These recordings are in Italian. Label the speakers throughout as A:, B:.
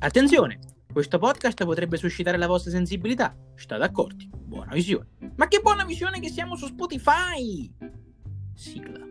A: Attenzione, questo podcast potrebbe suscitare la vostra sensibilità. State accorti, buona visione. Ma che buona visione che siamo su Spotify! Sigla.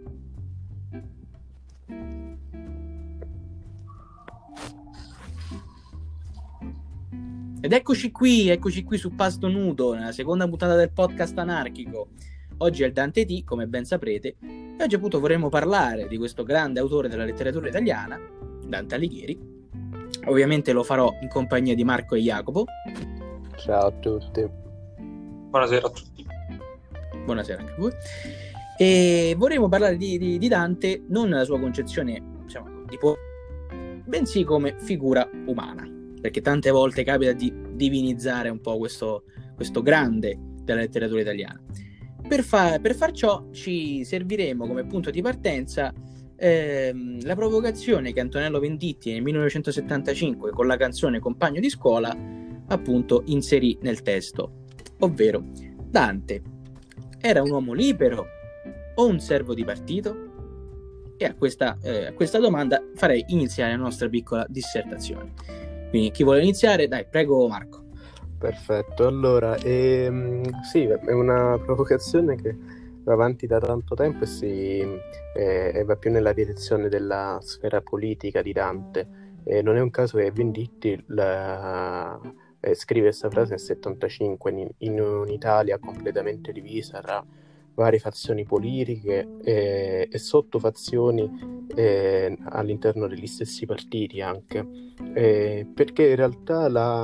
A: Ed eccoci qui su Pasto Nudo, nella seconda puntata del podcast anarchico. Oggi è il Dante T, come ben saprete, e oggi appunto vorremmo parlare di questo grande autore della letteratura italiana, Dante Alighieri. Ovviamente lo farò in compagnia di Marco e Jacopo.
B: Ciao a tutti.
C: Buonasera a tutti.
A: Buonasera anche a voi. E vorremmo parlare di Dante non nella sua concezione, diciamo, bensì come figura umana, perché tante volte capita di divinizzare un po' questo grande della letteratura italiana. Per far ciò ci serviremo come punto di partenza la provocazione che Antonello Venditti nel 1975 con la canzone Compagno di scuola appunto inserì nel testo, ovvero: Dante era un uomo libero o un servo di partito? E a questa domanda farei iniziare la nostra piccola dissertazione. Quindi chi vuole iniziare? Dai, prego Marco.
B: Perfetto, allora sì, è una provocazione che va avanti da tanto tempo e va più nella direzione della sfera politica di Dante. Non è un caso che Venditti scrive questa frase nel 75 in un'Italia completamente divisa tra varie fazioni politiche e sottofazioni all'interno degli stessi partiti anche, perché in realtà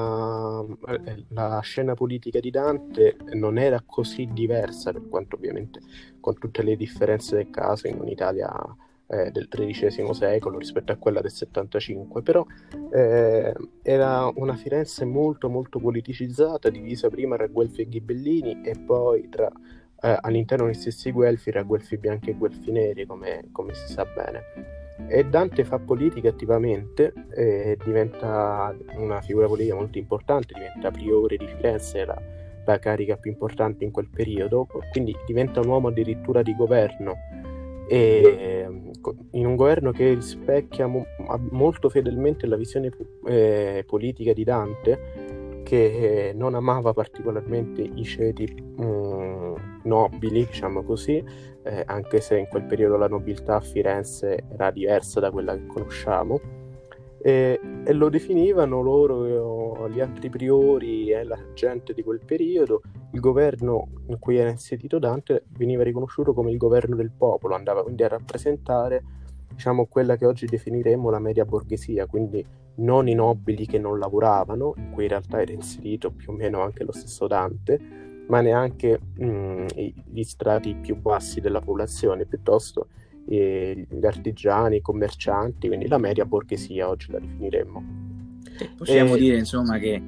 B: la scena politica di Dante non era così diversa, per quanto ovviamente con tutte le differenze del caso in un'Italia del XIII secolo rispetto a quella del 75, però era una Firenze molto molto politicizzata, divisa prima tra Guelfi e Ghibellini e poi tra all'interno degli stessi Guelfi tra Guelfi bianchi e Guelfi neri, come si sa bene. E Dante fa politica attivamente, diventa una figura politica molto importante, diventa priore di Firenze, la carica più importante in quel periodo, quindi diventa un uomo addirittura di governo, e in un governo che rispecchia molto fedelmente la visione politica di Dante, che non amava particolarmente i ceti nobili, diciamo così, anche se in quel periodo la nobiltà a Firenze era diversa da quella che conosciamo, e lo definivano loro, gli altri priori e la gente di quel periodo. Il governo in cui era inserito Dante veniva riconosciuto come il governo del popolo, andava quindi a rappresentare, diciamo, quella che oggi definiremo la media borghesia, quindi non i nobili che non lavoravano, in cui in realtà era inserito più o meno anche lo stesso Dante, ma neanche gli strati più bassi della popolazione, piuttosto gli artigiani, i commercianti, quindi la media borghesia oggi la definiremmo.
A: Possiamo dire insomma che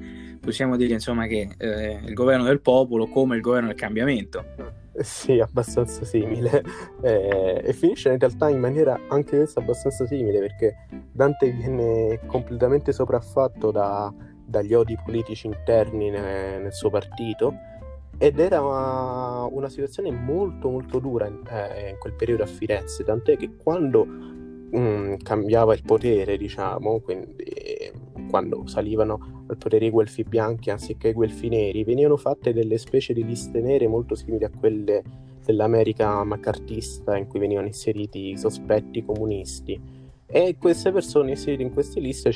A: il governo del popolo come il governo del cambiamento.
B: Sì, abbastanza simile, e finisce in realtà in maniera anche questa abbastanza simile, perché Dante viene completamente sopraffatto dagli odi politici interni nel suo partito, ed era una situazione molto molto dura in quel periodo a Firenze, tant'è che quando cambiava il potere, diciamo, quindi quando salivano al potere i Guelfi bianchi anziché i Guelfi neri, venivano fatte delle specie di liste nere molto simili a quelle dell'America maccartista, in cui venivano inseriti i sospetti comunisti, e queste persone inserite in queste liste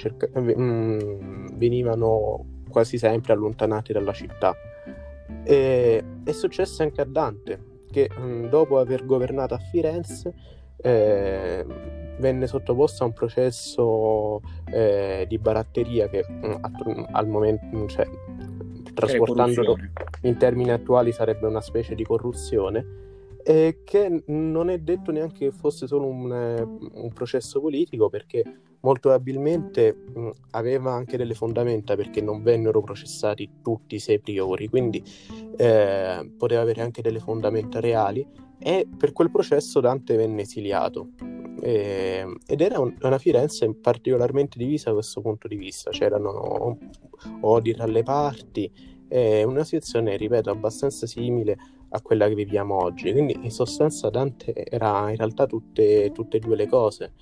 B: venivano quasi sempre allontanate dalla città. È successo anche a Dante, che dopo aver governato a Firenze venne sottoposto a un processo di baratteria che al momento, cioè, trasportandolo in termini attuali, sarebbe una specie di corruzione, che non è detto neanche che fosse solo un processo politico, perché molto probabilmente aveva anche delle fondamenta, perché non vennero processati tutti i 6 priori, quindi poteva avere anche delle fondamenta reali, e per quel processo Dante venne esiliato, ed era una Firenze particolarmente divisa da questo punto di vista, c'erano odi tra le parti, una situazione, ripeto, abbastanza simile a quella che viviamo oggi. Quindi in sostanza Dante era in realtà tutte e due le cose.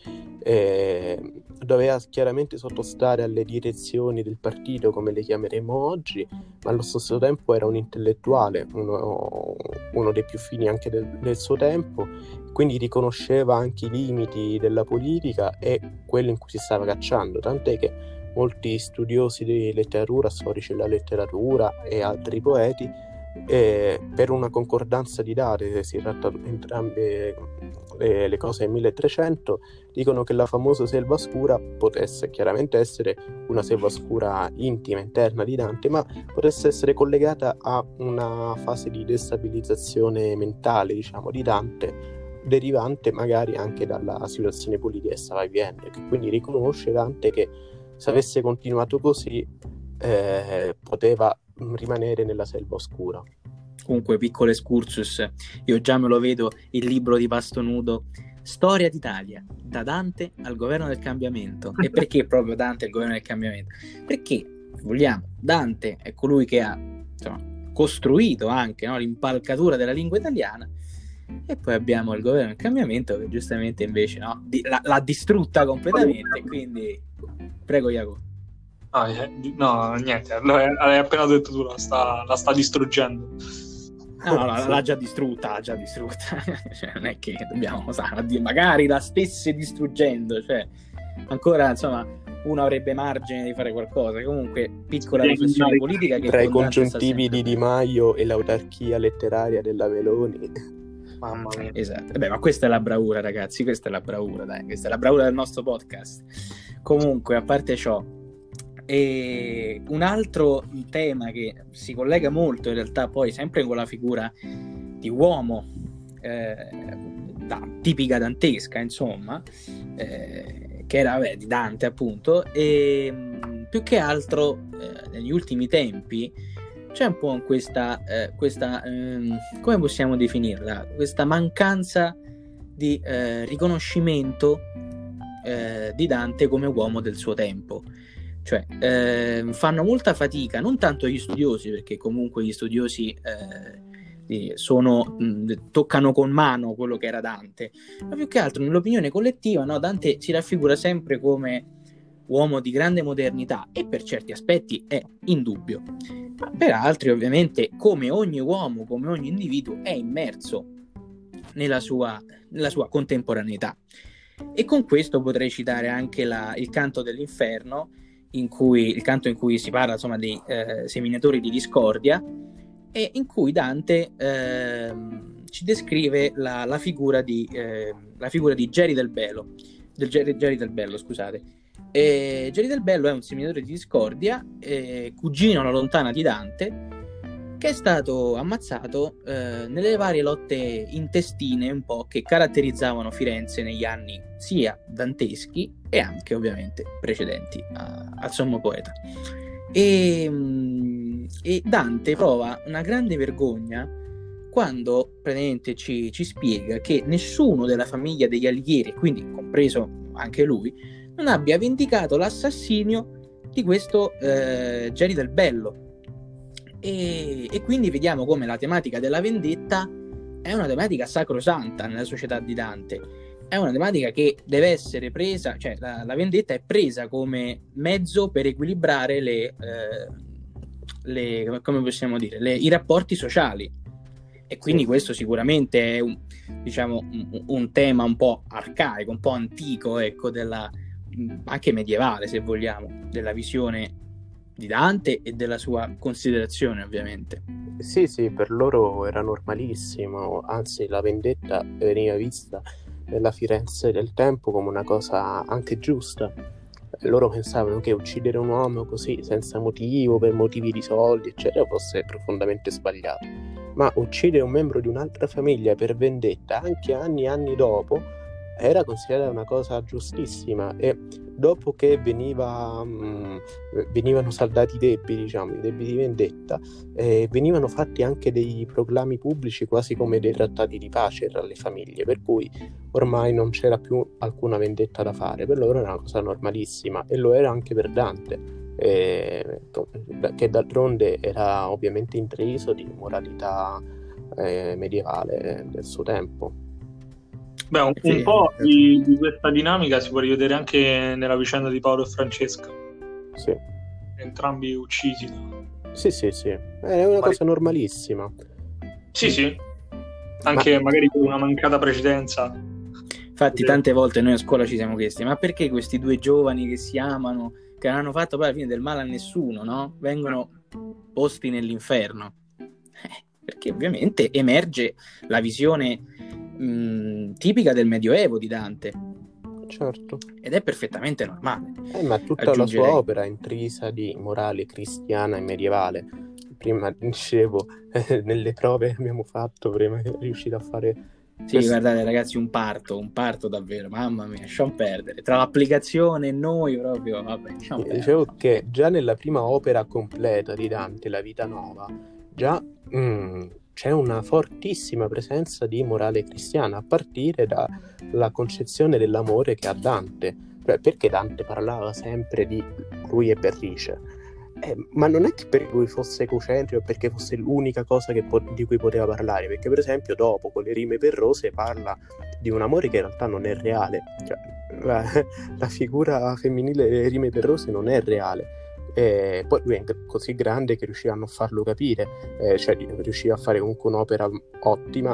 B: Doveva chiaramente sottostare alle direzioni del partito, come le chiameremo oggi, ma allo stesso tempo era un intellettuale, uno dei più fini anche del suo tempo, quindi riconosceva anche i limiti della politica e quello in cui si stava cacciando, tant'è che molti studiosi di letteratura, storici della letteratura e altri poeti, per una concordanza di date, si tratta entrambe le cose nel 1300, dicono che la famosa selva scura potesse chiaramente essere una selva scura intima, interna di Dante, ma potesse essere collegata a una fase di destabilizzazione mentale, diciamo, di Dante, derivante magari anche dalla situazione politica che stava vivendo, e che quindi riconosce Dante che se avesse continuato così poteva rimanere nella selva oscura.
A: Comunque, piccolo excursus, io già me lo vedo il libro di Pastonudo, Storia d'Italia, da Dante al governo del cambiamento. E perché proprio Dante al governo del cambiamento? Perché, vogliamo, Dante è colui che ha, insomma, costruito anche, no, l'impalcatura della lingua italiana, e poi abbiamo il governo del cambiamento che giustamente invece, no, l'ha distrutta completamente. Quindi prego Jacopo.
C: No, niente, l'hai appena detto tu, la sta distruggendo.
A: No, l'ha già distrutta. Cioè, non è che dobbiamo, magari la stesse distruggendo, cioè ancora, insomma, uno avrebbe margine di fare qualcosa. Comunque, piccola riflessione politica che
B: tra i congiuntivi di Di Maio e l'autarchia letteraria della Meloni.
C: Mamma mia.
A: Esatto. Beh, ma questa è la bravura, ragazzi, questa è la bravura, dai, questa è la bravura del nostro podcast. Comunque, a parte ciò, e un altro tema che si collega molto in realtà poi sempre con la figura di uomo tipica dantesca, insomma, che era di Dante appunto, e più che altro negli ultimi tempi c'è un po' questa come possiamo definirla, questa mancanza di riconoscimento di Dante come uomo del suo tempo. Cioè fanno molta fatica, non tanto gli studiosi, perché comunque gli studiosi toccano con mano quello che era Dante, ma più che altro nell'opinione collettiva, no, Dante si raffigura sempre come uomo di grande modernità, e per certi aspetti è indubbio, ma per altri ovviamente, come ogni uomo, come ogni individuo, è immerso nella sua contemporaneità. E con questo potrei citare anche il canto dell'inferno, il canto in cui si parla, insomma, dei seminatori di discordia, e in cui Dante ci descrive la figura di Geri del Bello, scusate. Geri del Bello è un seminatore di discordia, cugino alla lontana di Dante, che è stato ammazzato nelle varie lotte intestine un po' che caratterizzavano Firenze negli anni sia danteschi e anche ovviamente precedenti al sommo poeta. E Dante prova una grande vergogna quando praticamente ci spiega che nessuno della famiglia degli Alighieri, quindi compreso anche lui, non abbia vendicato l'assassinio di questo Geri del Bello. E quindi vediamo come la tematica della vendetta è una tematica sacrosanta nella società di Dante, è una tematica che deve essere presa, cioè la vendetta è presa come mezzo per equilibrare come possiamo dire, i rapporti sociali, e quindi questo sicuramente è un tema un po' arcaico, un po' antico, ecco, anche medievale, se vogliamo, della visione di Dante e della sua considerazione, ovviamente.
B: Sì, per loro era normalissimo, anzi la vendetta veniva vista nella Firenze del tempo come una cosa anche giusta. Loro pensavano che uccidere un uomo così senza motivo, per motivi di soldi eccetera, fosse profondamente sbagliato, ma uccidere un membro di un'altra famiglia per vendetta anche anni e anni dopo era considerata una cosa giustissima, e dopo che venivano saldati i debiti di vendetta, venivano fatti anche dei proclami pubblici quasi come dei trattati di pace tra le famiglie, per cui ormai non c'era più alcuna vendetta da fare. Per loro era una cosa normalissima, e lo era anche per Dante, che d'altronde era ovviamente intriso di moralità medievale del suo tempo.
C: Beh, un po' di questa dinamica si può rivedere anche nella vicenda di Paolo e Francesca.
B: Sì.
C: Entrambi uccisi.
B: Sì. È una cosa normalissima.
C: Sì. Anche magari per una mancata precedenza.
A: Infatti tante volte noi a scuola ci siamo chiesti: ma perché questi due giovani che si amano, che non hanno fatto poi alla fine del male a nessuno, no? Vengono posti nell'inferno? Perché ovviamente emerge la visione tipica del Medioevo di Dante.
B: Certo.
A: Ed è perfettamente normale.
B: Ma tutta la sua opera è intrisa di morale cristiana e medievale. Prima dicevo, nelle prove che abbiamo fatto, prima che riuscite a fare...
A: Sì, guardate ragazzi, un parto davvero, mamma mia, lasciamo perdere. Tra l'applicazione e noi proprio, vabbè, lasciamo perdere.
B: Dicevo che già nella prima opera completa di Dante, La Vita Nova, già c'è una fortissima presenza di morale cristiana, a partire dalla concezione dell'amore che ha Dante. Perché Dante parlava sempre di lui e Bernice? Ma non è che per lui fosse egocentrico, perché fosse l'unica cosa di cui poteva parlare, perché per esempio dopo con le rime perrose parla di un amore che in realtà non è reale, cioè, la figura femminile delle rime perrose non è reale. Poi lui è così grande che riusciva a non farlo capire, cioè riusciva a fare comunque un'opera ottima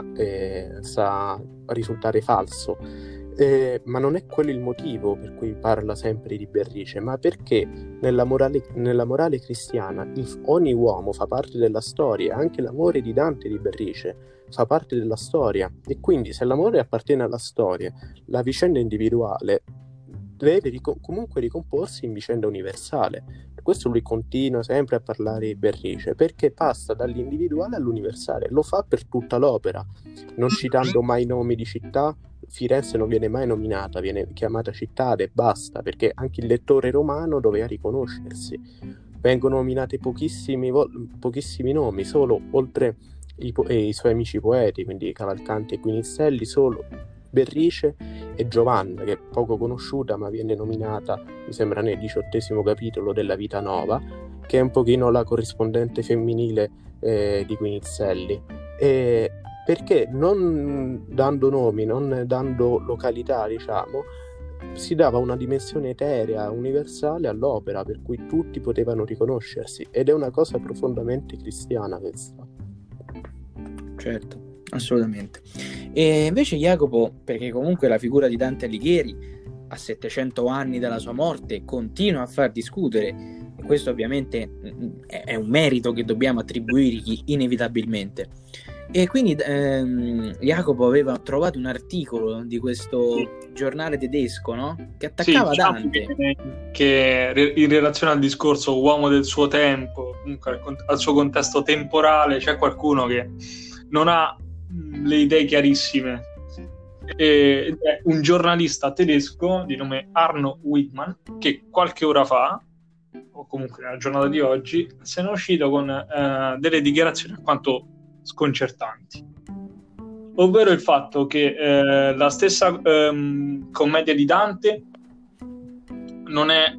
B: sa risultare falso. Ma non è quello il motivo per cui parla sempre di Bernice, ma perché nella morale cristiana ogni uomo fa parte della storia, anche l'amore di Dante e di Bernice fa parte della storia, e quindi se l'amore appartiene alla storia, la vicenda individuale deve comunque ricomporsi in vicenda universale. Per questo lui continua sempre a parlare di Bernice, perché passa dall'individuale all'universale, lo fa per tutta l'opera, non citando mai nomi di città. Firenze non viene mai nominata, viene chiamata città e basta, perché anche il lettore romano doveva riconoscersi. Vengono nominati pochissimi nomi, solo oltre i suoi amici poeti, quindi Cavalcanti e Guinizelli, solo Bernice e Giovanna, che è poco conosciuta ma viene nominata, mi sembra, nel 18° capitolo della Vita Nova, che è un pochino la corrispondente femminile di Guinizelli. Perché non dando nomi, non dando località, diciamo, si dava una dimensione eterea, universale all'opera, per cui tutti potevano riconoscersi, ed è una cosa profondamente cristiana questa.
A: Certo, assolutamente. E invece Jacopo, perché comunque la figura di Dante Alighieri a 700 anni dalla sua morte continua a far discutere, e questo ovviamente è un merito che dobbiamo attribuirgli inevitabilmente. E quindi Jacopo aveva trovato un articolo di questo giornale tedesco, no? Che attaccava Dante.
C: Che in relazione al discorso uomo del suo tempo, comunque al suo contesto temporale, c'è qualcuno che non ha le idee chiarissime. È un giornalista tedesco di nome Arno Wittmann, che qualche ora fa, o comunque nella giornata di oggi, se ne è uscito con delle dichiarazioni alquanto sconcertanti, ovvero il fatto che la stessa commedia di Dante non è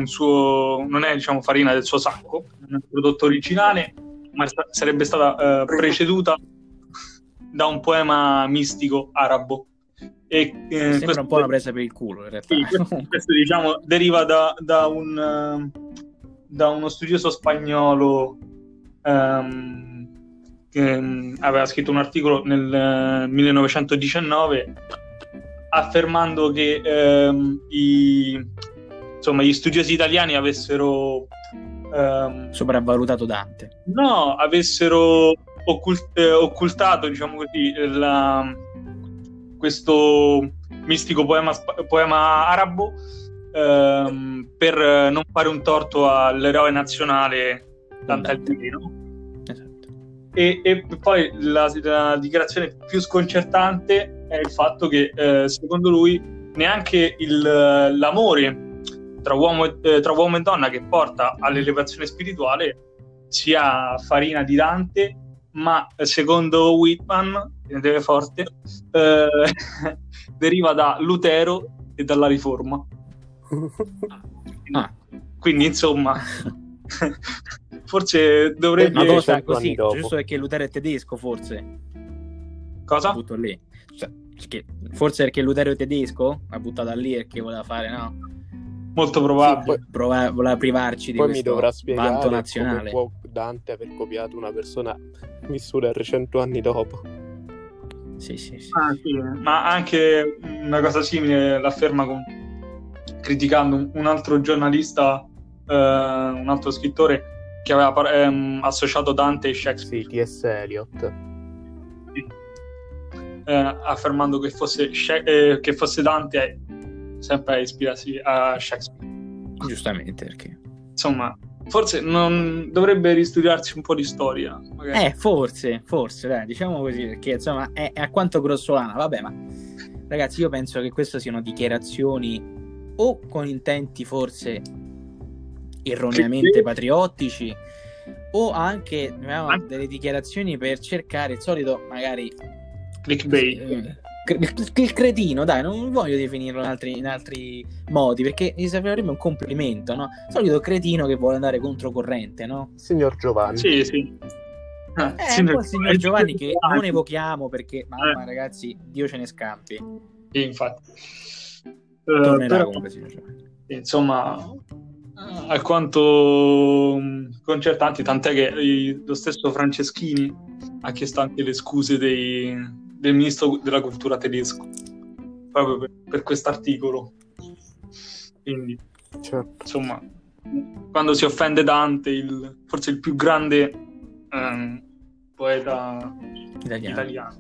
C: diciamo farina del suo sacco, non è un prodotto originale, ma sarebbe stata preceduta da un poema mistico arabo. E
A: sembra un po' una presa per il culo, in realtà.
C: Sì, questo diciamo deriva da uno studioso spagnolo che aveva scritto un articolo nel 1919 affermando che gli studiosi italiani avessero
A: sopravvalutato Dante.
C: No, avessero occultato, diciamo così, questo mistico poema arabo per non fare un torto all'eroe nazionale Dante Alighieri, no?
A: Esatto.
C: E poi la dichiarazione più sconcertante è il fatto che secondo lui neanche l'amore tra uomo e donna che porta all'elevazione spirituale sia farina di Dante, ma secondo Whitman, deve forte, deriva da Lutero e dalla Riforma. Quindi insomma forse dovrebbe
A: una cosa così, giusto perché Lutero è tedesco, forse
C: Cosa?
A: Butto lì. Cioè, forse perché Lutero è tedesco ha buttato lì perché voleva fare, no?
C: Molto probabile.
B: Sì, poi,
A: Voleva privarci di
B: poi mi
A: questo
B: dovrà
A: vanto
B: spiegare come
A: nazionale.
B: può Dante aver copiato una persona vissuta 300 anni dopo.
A: Sì.
C: Sì. Ma anche una cosa simile l'afferma criticando un altro giornalista, un altro scrittore che aveva associato Dante e Shakespeare.
B: Sì, T.S. Eliot.
C: Affermando che fosse Dante sempre a ispirarsi a Shakespeare.
A: Giustamente, perché
C: insomma forse non dovrebbe ristudiarsi un po' di storia magari.
A: Forse dai, diciamo così, perché insomma è alquanto grossolana. Vabbè, ma ragazzi, io penso che queste siano dichiarazioni o con intenti forse erroneamente patriottici, o anche delle dichiarazioni per cercare il solito magari
C: clickbait.
A: Il cretino, dai, non voglio definirlo in altri modi, perché gli servirebbe un complimento, no? Il solito cretino che vuole andare controcorrente, no?
B: Signor Giovanni.
C: Sì.
A: Un po' il signor Giovanni che non evochiamo perché, mamma ragazzi, Dio ce ne scampi.
C: Sì, infatti.
A: Tornerà comunque signor Giovanni.
C: Insomma, alquanto concertanti, tant'è che lo stesso Franceschini ha chiesto anche le scuse del ministro della cultura tedesco proprio per quest'articolo. Quindi,
B: certo.
C: Insomma, quando si offende Dante, forse il più grande poeta italiano.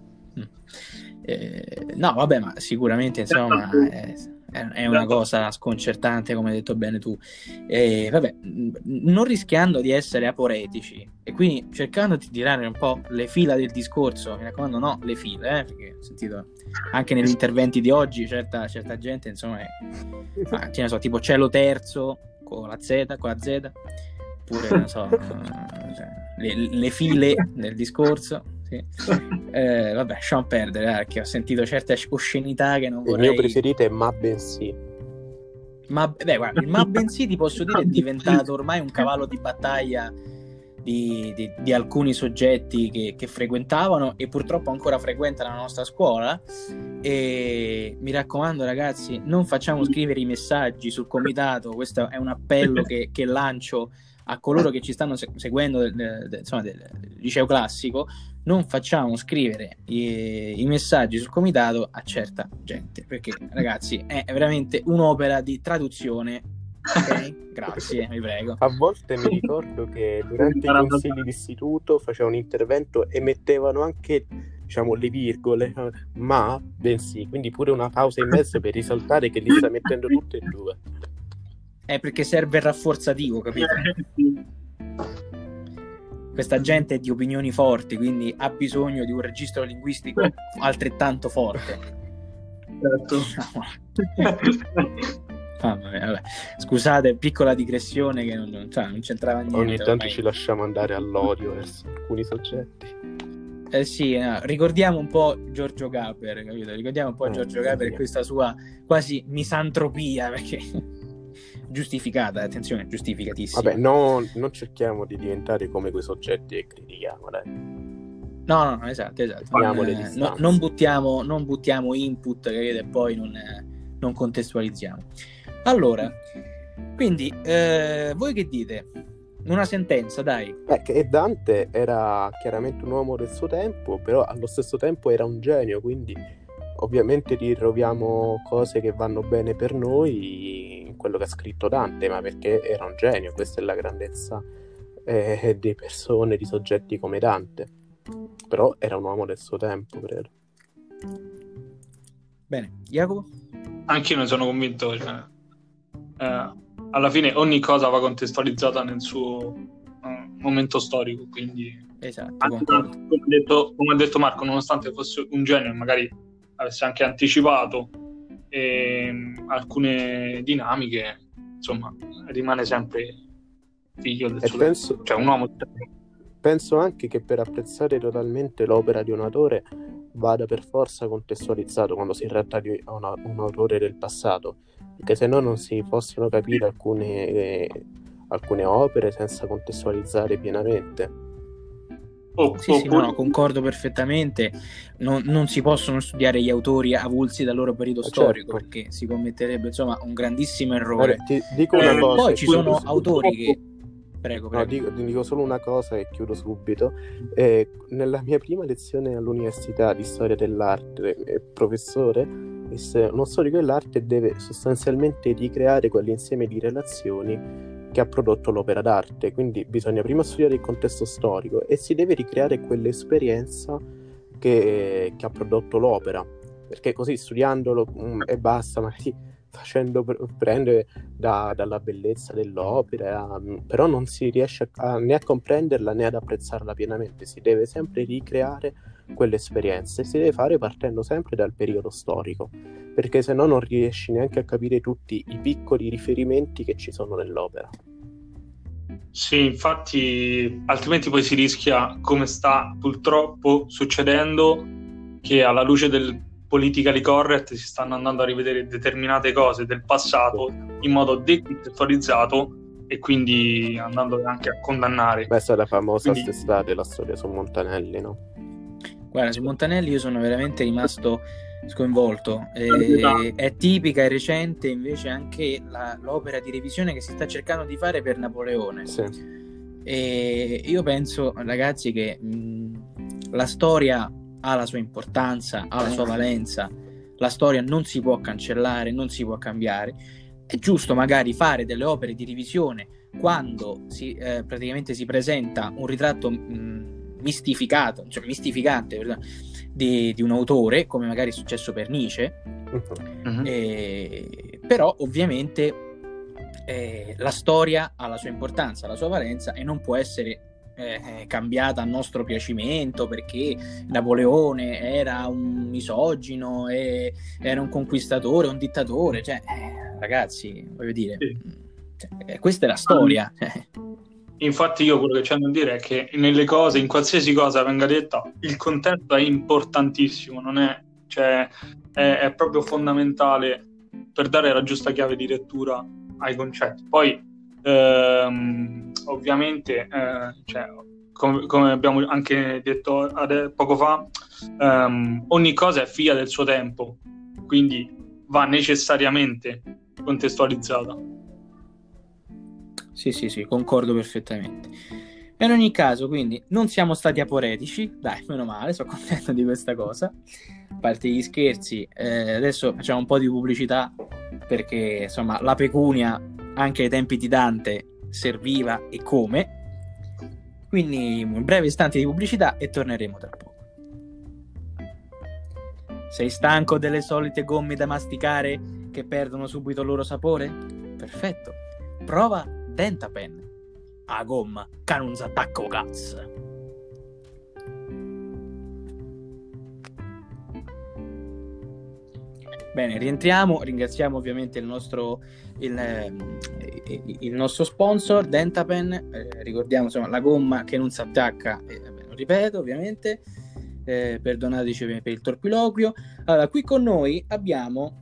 A: No, vabbè, ma sicuramente insomma è una cosa sconcertante, come hai detto bene tu. Vabbè, non rischiando di essere aporetici e quindi cercando di tirare un po' le fila del discorso, mi raccomando, no, le file, perché ho sentito anche negli interventi di oggi certa gente, insomma, ce ne so, tipo cielo terzo con la Z, oppure non so, le file del discorso. Sì. Vabbè, lasciamo perdere, perché ho sentito certe oscenità che non vorrei.
B: Il mio preferito è Ma bensì.
A: Guarda, il Ma bensì ti posso dire è diventato ormai un cavallo di battaglia di alcuni soggetti che frequentavano e purtroppo ancora frequentano la nostra scuola. E mi raccomando, ragazzi, non facciamo scrivere i messaggi sul comitato. Questo è un appello che lancio a coloro che ci stanno seguendo del liceo classico. Non facciamo scrivere i messaggi sul comitato a certa gente, perché ragazzi è veramente un'opera di traduzione. Ok? Grazie, vi prego.
B: A volte mi ricordo che durante i consigli d'istituto facevano un intervento e mettevano anche, diciamo, le virgole, ma bensì, quindi pure una pausa in mezzo per risaltare che li sta mettendo tutte e due.
A: Perché serve il rafforzativo, capito? Questa gente è di opinioni forti, quindi ha bisogno di un registro linguistico altrettanto forte. Vabbè. Scusate, piccola digressione che non c'entrava niente.
B: Ogni tanto ci lasciamo andare all'odio verso alcuni soggetti.
A: Sì, ricordiamo un po' Giorgio Gaber, capito? Ricordiamo un po' Giorgio Gaber e questa sua quasi misantropia, perché giustificata, attenzione, giustificatissima.
B: Vabbè, non cerchiamo di diventare come quei soggetti che critichiamo, dai.
A: No, esatto. Non buttiamo input, capite, e poi non contestualizziamo. Allora, quindi, voi che dite? Una sentenza, dai.
B: Che Dante era chiaramente un uomo del suo tempo, però allo stesso tempo era un genio, quindi ovviamente ritroviamo cose che vanno bene per noi in quello che ha scritto Dante, ma perché era un genio, questa è la grandezza di persone, di soggetti come Dante. Però era un uomo del suo tempo, credo.
A: Bene, Jacopo?
C: Anch'io ne sono convinto, alla fine ogni cosa va contestualizzata nel suo momento storico, quindi
A: esatto,
C: come ha detto Marco, nonostante fosse un genio, magari avesse anche anticipato alcune dinamiche, insomma, rimane sempre figlio del suo tempo, cioè un uomo.
B: Penso anche che per apprezzare totalmente l'opera di un autore vada per forza contestualizzato quando si tratta di un autore del passato, perché se no non si possono capire alcune opere senza contestualizzare pienamente.
A: Sì, no, concordo perfettamente. Non si possono studiare gli autori avulsi dal loro periodo storico,
B: certo,
A: perché si commetterebbe insomma un grandissimo errore.
B: Ti dico una cosa,
A: Poi ci sono autori che... Prego.
B: No, dico solo una cosa e chiudo subito. Nella mia prima lezione all'università di storia dell'arte, il professore disse: uno storico dell'arte deve sostanzialmente ricreare quell'insieme di relazioni che ha prodotto l'opera d'arte, quindi bisogna prima studiare il contesto storico e si deve ricreare quell'esperienza che ha prodotto l'opera, perché così studiandolo e basta, magari facendo prendere dalla bellezza dell'opera, però non si riesce né a comprenderla né ad apprezzarla pienamente. Si deve sempre ricreare quell'esperienza e si deve fare partendo sempre dal periodo storico, perché se no non riesci neanche a capire tutti i piccoli riferimenti che ci sono nell'opera.
C: Sì, infatti, altrimenti poi si rischia, come sta purtroppo succedendo, che alla luce del politically correct si stanno andando a rivedere determinate cose del passato in modo decontestualizzato e quindi andando anche a condannare.
B: Questa è la famosa st'estate, la storia su Montanelli, no?
A: Guarda, su Montanelli io sono veramente rimasto sconvolto. È tipica e recente invece anche l'opera di revisione che si sta cercando di fare per Napoleone.
B: Sì.
A: E io penso, ragazzi, che la storia ha la sua importanza, ha la sua valenza. La storia non si può cancellare, non si può cambiare. È giusto magari fare delle opere di revisione quando praticamente si presenta un ritratto mistificante di un autore, come magari è successo per Nietzsche. Però ovviamente la storia ha la sua importanza, la sua valenza e non può essere cambiata a nostro piacimento perché Napoleone era un misogino, era un conquistatore, un dittatore, cioè ragazzi, voglio dire, questa è la storia.
C: Infatti io quello che c'è da dire è che nelle cose, in qualsiasi cosa venga detta, il contesto è importantissimo, non è, cioè, è proprio fondamentale per dare la giusta chiave di lettura ai concetti. Poi ovviamente cioè, come abbiamo anche detto poco fa, ogni cosa è figlia del suo tempo, quindi va necessariamente contestualizzata.
A: Sì, concordo perfettamente. E in ogni caso, quindi, non siamo stati aporetici, dai, meno male, sono contento di questa cosa. A parte gli scherzi, adesso facciamo un po' di pubblicità, perché, insomma, la pecunia, anche ai tempi di Dante, serviva e come. Quindi, un breve istante di pubblicità e torneremo tra poco. Sei stanco delle solite gomme da masticare che perdono subito il loro sapore? Perfetto. Prova Dentapen, a gomma che non si attacca cazzo. Bene, rientriamo, ringraziamo ovviamente il nostro sponsor Dentapen, ricordiamo insomma la gomma che non si attacca, lo ripeto ovviamente, perdonateci per il torpiloquio. Allora, qui con noi abbiamo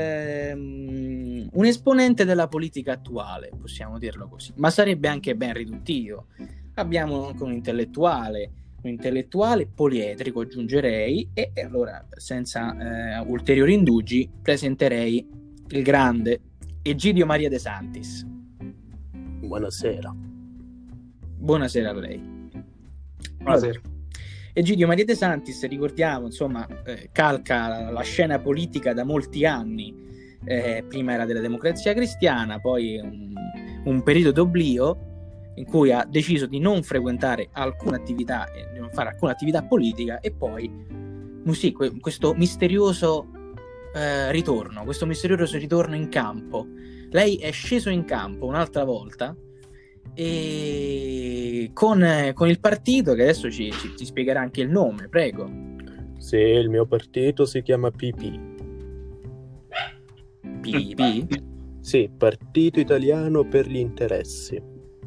A: un esponente della politica attuale, possiamo dirlo così, ma sarebbe anche ben riduttivo. Abbiamo anche un intellettuale poliedrico, aggiungerei, e allora senza ulteriori indugi presenterei il grande Egidio Maria De Santis.
B: Buonasera
A: a lei.
C: Buonasera.
A: Egidio Maria De Santis, ricordiamo, insomma, calca la scena politica da molti anni. Prima era della Democrazia Cristiana, poi un periodo d'oblio in cui ha deciso di non frequentare alcuna attività e di non fare alcuna attività politica, e poi questo misterioso ritorno in campo. Lei è sceso in campo un'altra volta e con il partito che adesso ci spiegherà anche il nome, prego.
B: Sì, il mio partito si chiama PP.
A: PP?
B: Sì, Partito Italiano per gli Interessi.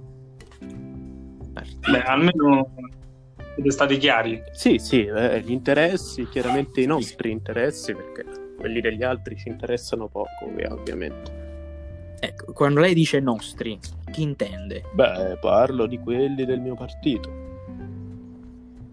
C: Beh, almeno siete stati chiari.
B: Sì, gli interessi, chiaramente i nostri interessi, perché quelli degli altri ci interessano poco, ovviamente.
A: Ecco, quando lei dice nostri, chi intende?
B: Beh, parlo di quelli del mio partito.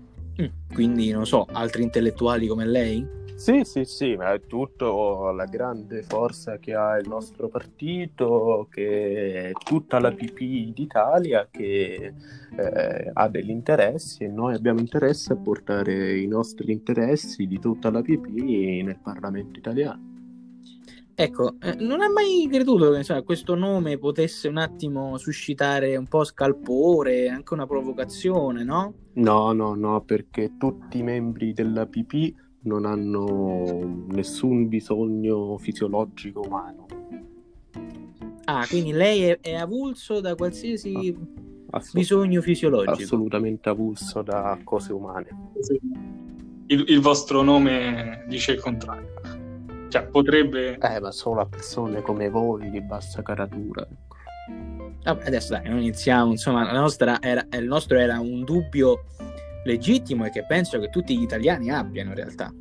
A: quindi non so, altri intellettuali come lei?
B: Sì, ma è tutto la grande forza che ha il nostro partito, che è tutta la PP d'Italia che ha degli interessi, e noi abbiamo interesse a portare i nostri interessi di tutta la PP nel Parlamento italiano.
A: Ecco, non ha mai creduto che insomma, questo nome potesse un attimo suscitare un po' scalpore, anche una provocazione, no?
B: No, perché tutti i membri della PP non hanno nessun bisogno fisiologico umano.
A: Ah, quindi lei è avulso da qualsiasi bisogno fisiologico?
B: Assolutamente avulso da cose umane.
C: Il vostro nome dice il contrario. Cioè, potrebbe...
B: Ma solo a persone come voi di bassa caratura.
A: Vabbè, adesso dai, noi iniziamo, insomma, il nostro era un dubbio legittimo e che penso che tutti gli italiani abbiano in realtà.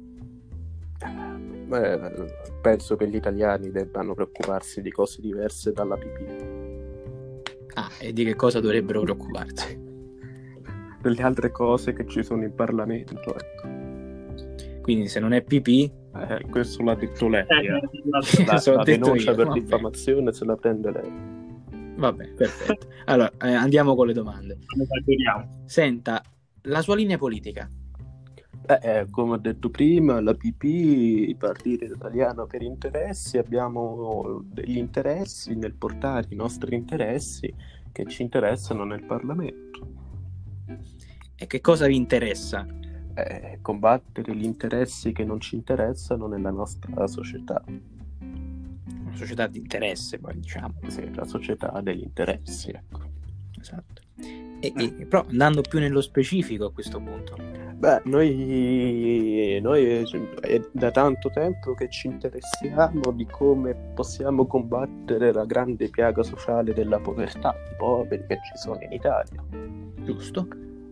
B: Penso che gli italiani debbano preoccuparsi di cose diverse dalla PP.
A: Ah, e di che cosa dovrebbero preoccuparsi?
B: Delle altre cose che ci sono in Parlamento, ecco.
A: Quindi se non è PP...
B: questo l'ha detto lei.
A: La
B: denuncia per
A: vabbè.
B: diffamazione se la prende lei.
A: Vabbè, perfetto. Allora, andiamo con le domande. Senta, la sua linea politica?
B: Come ho detto prima, la PP, il Partito Italiano per Interessi, abbiamo degli interessi nel portare i nostri interessi che ci interessano nel Parlamento.
A: E che cosa vi interessa?
B: Combattere gli interessi che non ci interessano nella nostra società.
A: Una società di interesse, poi diciamo.
B: Sì, la società degli interessi, ecco.
A: Esatto. Però andando più nello specifico a questo punto.
B: Beh, noi è da tanto tempo che ci interessiamo di come possiamo combattere la grande piaga sociale della povertà, i poveri che ci sono in Italia.
A: Giusto?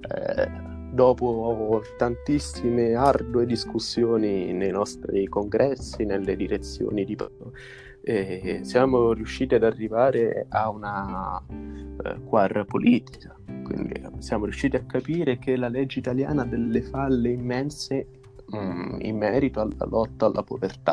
B: Dopo tantissime ardue discussioni nei nostri congressi, nelle direzioni siamo riusciti ad arrivare a una quadra politica. Quindi siamo riusciti a capire che la legge italiana ha delle falle immense in merito alla lotta alla povertà.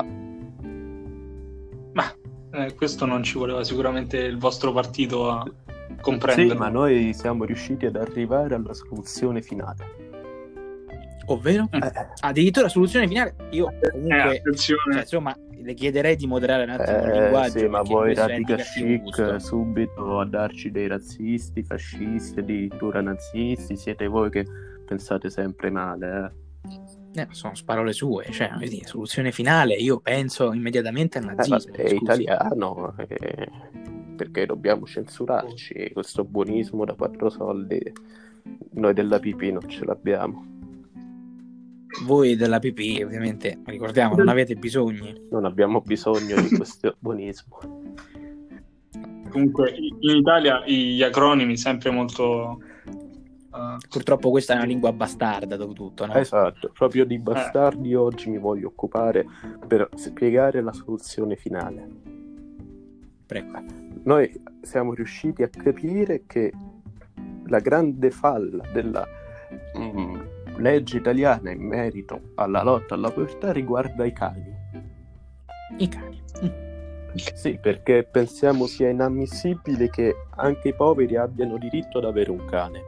C: Ma questo non ci voleva sicuramente il vostro partito a comprendere.
B: Sì, ma noi siamo riusciti ad arrivare alla soluzione finale.
A: Ovvero? Addirittura soluzione finale? Io comunque,
C: attenzione.
A: insomma, le chiederei di moderare un attimo il linguaggio.
B: Sì, ma voi
A: questo è
B: radica
A: di cattivo gusto.
B: chic subito a darci dei razzisti, fascisti, addirittura nazisti, siete voi che pensate sempre male,
A: Sono parole sue, cioè, soluzione finale, io penso immediatamente al nazismo.
B: È italiano, perché dobbiamo censurarci, questo buonismo da 4 soldi, noi della PP non ce l'abbiamo.
A: Voi della PP, ovviamente, ricordiamo, non avete bisogni.
B: Non abbiamo bisogno di questo buonismo.
C: Comunque, in Italia gli acronimi sempre molto...
A: Purtroppo questa è una lingua bastarda dopo tutto, no?
B: Esatto, proprio di bastardi oggi mi voglio occupare per spiegare la soluzione finale.
A: Prego.
B: Noi siamo riusciti a capire che la grande falla della legge italiana in merito alla lotta alla povertà riguarda i cani.
A: I cani.
B: Sì, perché pensiamo sia inammissibile che anche i poveri abbiano diritto ad avere un cane.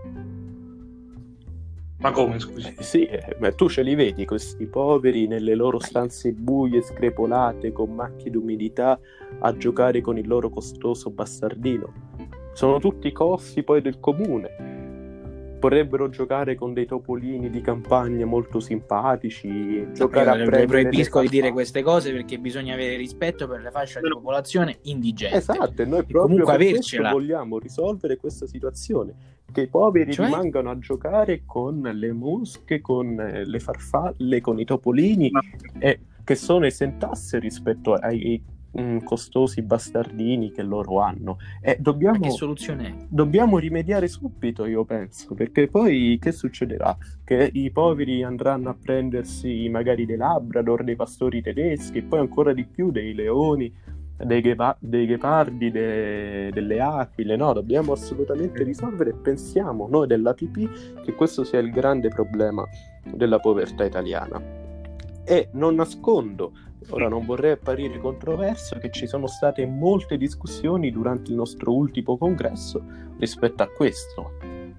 C: Ma come, scusi?
B: Sì, ma tu ce li vedi questi poveri nelle loro stanze buie, screpolate, con macchie d'umidità, a giocare con il loro costoso bastardino? Sono tutti costi poi del comune. Vorrebbero giocare con dei topolini di campagna molto simpatici, giocare a prendere.
A: Proibisco di dire queste cose perché bisogna avere rispetto per le fasce di popolazione indigente.
B: Esatto, e noi proprio
A: comunque
B: per
A: avercela.
B: questo vogliamo risolvere questa situazione, che i poveri rimangano a giocare con le mosche, con le farfalle, con i topolini, che sono esentasse rispetto ai costosi bastardini che loro hanno.
A: Ma che soluzione è?
B: Dobbiamo rimediare subito, io penso, perché poi che succederà? Che i poveri andranno a prendersi magari dei Labrador, dei pastori tedeschi, e poi ancora di più dei leoni, dei ghepardi, delle aquile. No, dobbiamo assolutamente risolvere, e pensiamo noi della PP che questo sia il grande problema della povertà italiana. E non nascondo, ora non vorrei apparire controverso, che ci sono state molte discussioni durante il nostro ultimo congresso rispetto a questo.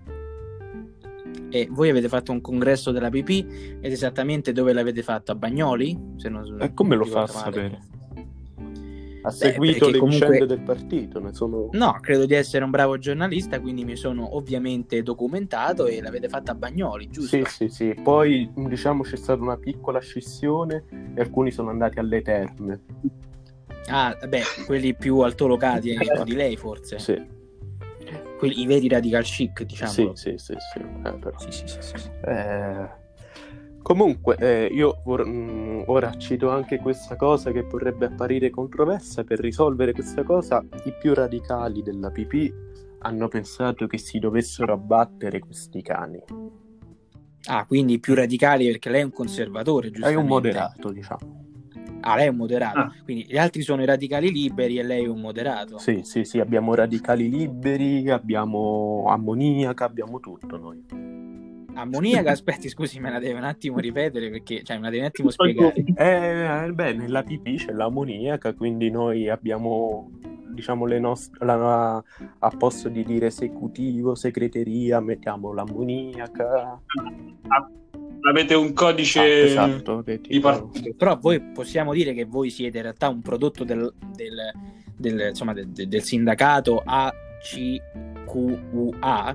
A: E voi avete fatto un congresso della PP, ed esattamente dove l'avete fatto? A Bagnoli? Se non,
B: E come lo fa a
A: ricordo male.
B: sapere? Ha seguito
A: perché
B: le
A: comunque-
B: vicende del partito, ne sono...
A: No, credo di essere un bravo giornalista, quindi mi sono ovviamente documentato, e l'avete fatta a Bagnoli, giusto?
B: Sì. Poi diciamo c'è stata una piccola scissione e alcuni sono andati alle terme.
A: Ah, beh, quelli più altolocati di lei, forse.
B: Sì.
A: I veri radical chic, diciamo.
B: Sì. Però.
A: Sì.
B: Comunque, io ora cito anche questa cosa che potrebbe apparire controversa. Per risolvere questa cosa, i più radicali della PP hanno pensato che si dovessero abbattere questi cani.
A: Ah, quindi i più radicali, perché lei è un conservatore,
B: È
A: giustamente.
B: un moderato, diciamo.
A: Ah, lei è un moderato.
C: Ah.
A: Quindi gli altri sono i radicali liberi e lei è un moderato.
B: Sì, abbiamo radicali liberi, abbiamo ammoniaca, abbiamo tutto noi.
A: Ammoniaca, aspetti, scusi, me la deve un attimo ripetere, perché, cioè, me la deve un attimo spiegare.
B: Beh, nella PP c'è l'ammoniaca, quindi noi abbiamo, diciamo, le nostre, a posto di dire esecutivo, segreteria, mettiamo l'ammoniaca.
C: Avete un codice
B: Esatto,
C: di partito.
A: Però voi possiamo dire che voi siete in realtà un prodotto del sindacato ACQUA.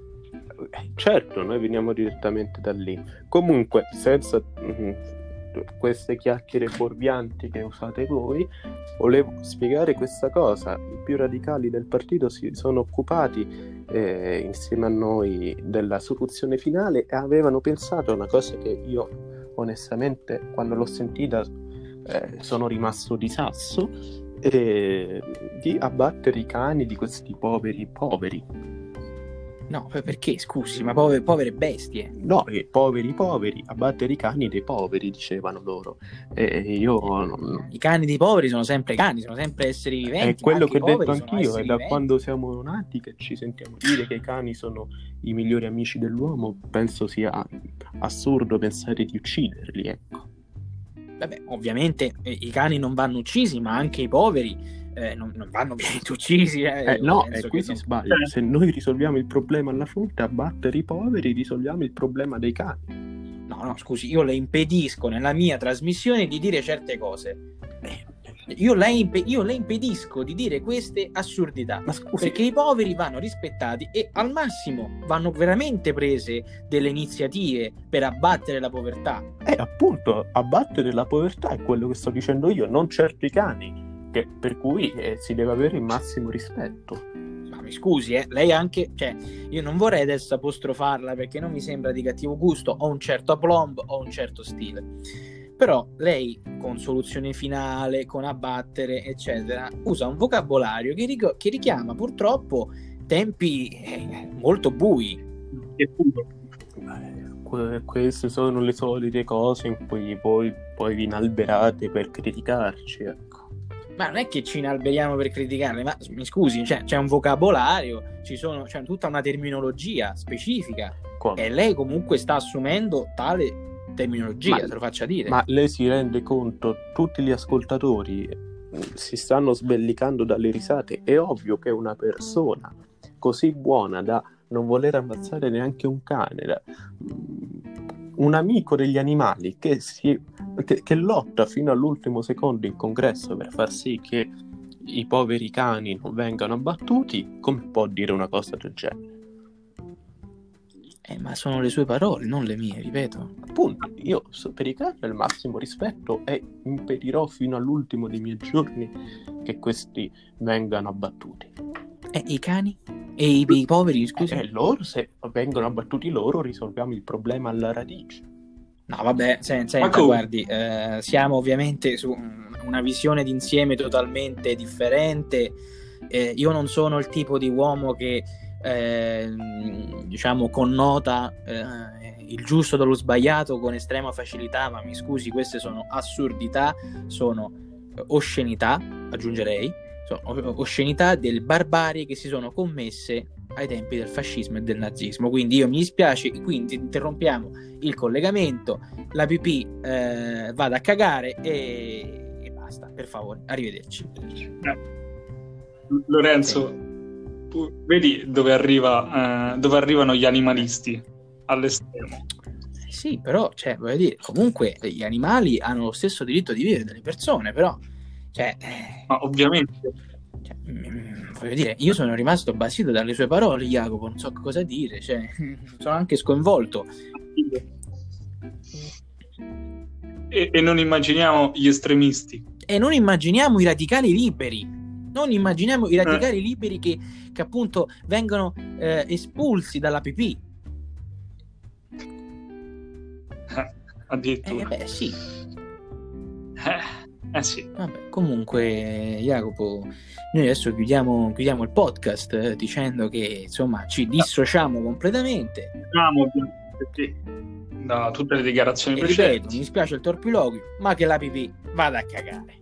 B: Certo, noi veniamo direttamente da lì. Comunque, senza queste chiacchiere fuorvianti che usate voi, volevo spiegare questa cosa. I più radicali del partito si sono occupati insieme a noi della soluzione finale e avevano pensato a una cosa che io onestamente quando l'ho sentita sono rimasto di sasso, di abbattere i cani di questi poveri.
A: No, perché, scusi, ma povere bestie.
B: No, poveri, abbattere i cani dei poveri, dicevano loro.
A: I cani dei poveri sono sempre cani, sono sempre esseri viventi.
B: È quello
A: anche
B: che ho
A: i
B: detto
A: poveri sono
B: anch'io,
A: esseri
B: è da
A: viventi.
B: quando siamo nati che ci sentiamo dire che i cani sono i migliori amici dell'uomo. Penso sia assurdo pensare di ucciderli, ecco.
A: Vabbè, ovviamente i cani non vanno uccisi, ma anche i poveri non vanno ovviamente uccisi.
B: No,
A: penso
B: qui
A: che
B: si
A: non-
B: sbaglia. Se noi risolviamo il problema alla fonte, abbattere i poveri, risolviamo il problema dei cani.
A: No, scusi, io le impedisco nella mia trasmissione di dire certe cose. Io le impedisco di dire queste assurdità.
B: Ma scusi,
A: Perché i poveri vanno rispettati e al massimo vanno veramente prese delle iniziative per abbattere la povertà.
B: appunto, abbattere la povertà è quello che sto dicendo io, non certo i cani, per cui si deve avere il massimo rispetto.
A: Ma mi scusi, lei anche, cioè, io non vorrei adesso apostrofarla perché non mi sembra di cattivo gusto, ho un certo aplomb, ho un certo stile. Però lei, con soluzione finale, con abbattere, eccetera, usa un vocabolario che richiama purtroppo tempi molto bui.
C: Che puro.
B: Queste sono le solite cose in cui poi vi inalberate per criticarci, ecco.
A: Ma non è che ci inalberiamo per criticarle, ma mi scusi, c'è un vocabolario, c'è tutta una terminologia specifica
B: Come?
A: e lei comunque sta assumendo tale terminologia,
B: Ma-
A: te lo faccia dire.
B: Ma lei si rende conto, tutti gli ascoltatori si stanno sbellicando dalle risate. È ovvio che una persona così buona da non voler ammazzare neanche un cane, un amico degli animali che lotta fino all'ultimo secondo in congresso per far sì che i poveri cani non vengano abbattuti, come può dire una cosa del genere?
A: Ma sono le sue parole, non le mie, ripeto.
B: Appunto, io per i cani ho il massimo rispetto e impedirò fino all'ultimo dei miei giorni che questi vengano abbattuti.
A: E i cani? E i poveri, scusi?
B: E loro, se vengono abbattuti loro, risolviamo il problema alla radice.
A: No, vabbè, senta,
C: come?
A: guardi, siamo ovviamente su una visione d'insieme totalmente differente. Io non sono il tipo di uomo che diciamo connota il giusto dallo sbagliato con estrema facilità, ma mi scusi, queste sono assurdità, sono oscenità aggiungerei, sono oscenità delle barbarie che si sono commesse ai tempi del fascismo e del nazismo. Quindi io mi dispiace, quindi interrompiamo il collegamento, la pipì vada a cagare e basta, per favore, arrivederci.
C: Lorenzo, tu vedi dove arrivano gli animalisti all'estremo?
A: Sì, però, cioè, voglio dire, comunque gli animali hanno lo stesso diritto di vivere delle persone, però, cioè,
C: ma ovviamente,
A: cioè, voglio dire, io sono rimasto basito dalle sue parole, Jacopo, non so cosa dire, cioè, sono anche sconvolto.
C: E non immaginiamo gli estremisti.
A: E non immaginiamo i radicali liberi. Non immaginiamo i radicali liberi che appunto vengono espulsi dalla pipì.
C: Addirittura.
A: Beh, sì.
C: Sì.
A: Vabbè, comunque, Jacopo, noi adesso chiudiamo il podcast dicendo che insomma ci dissociamo completamente.
C: Da tutte le dichiarazioni
A: E
C: precedenti.
A: ripeto, mi dispiace il torpiloquio, ma che la pipì vada a cagare.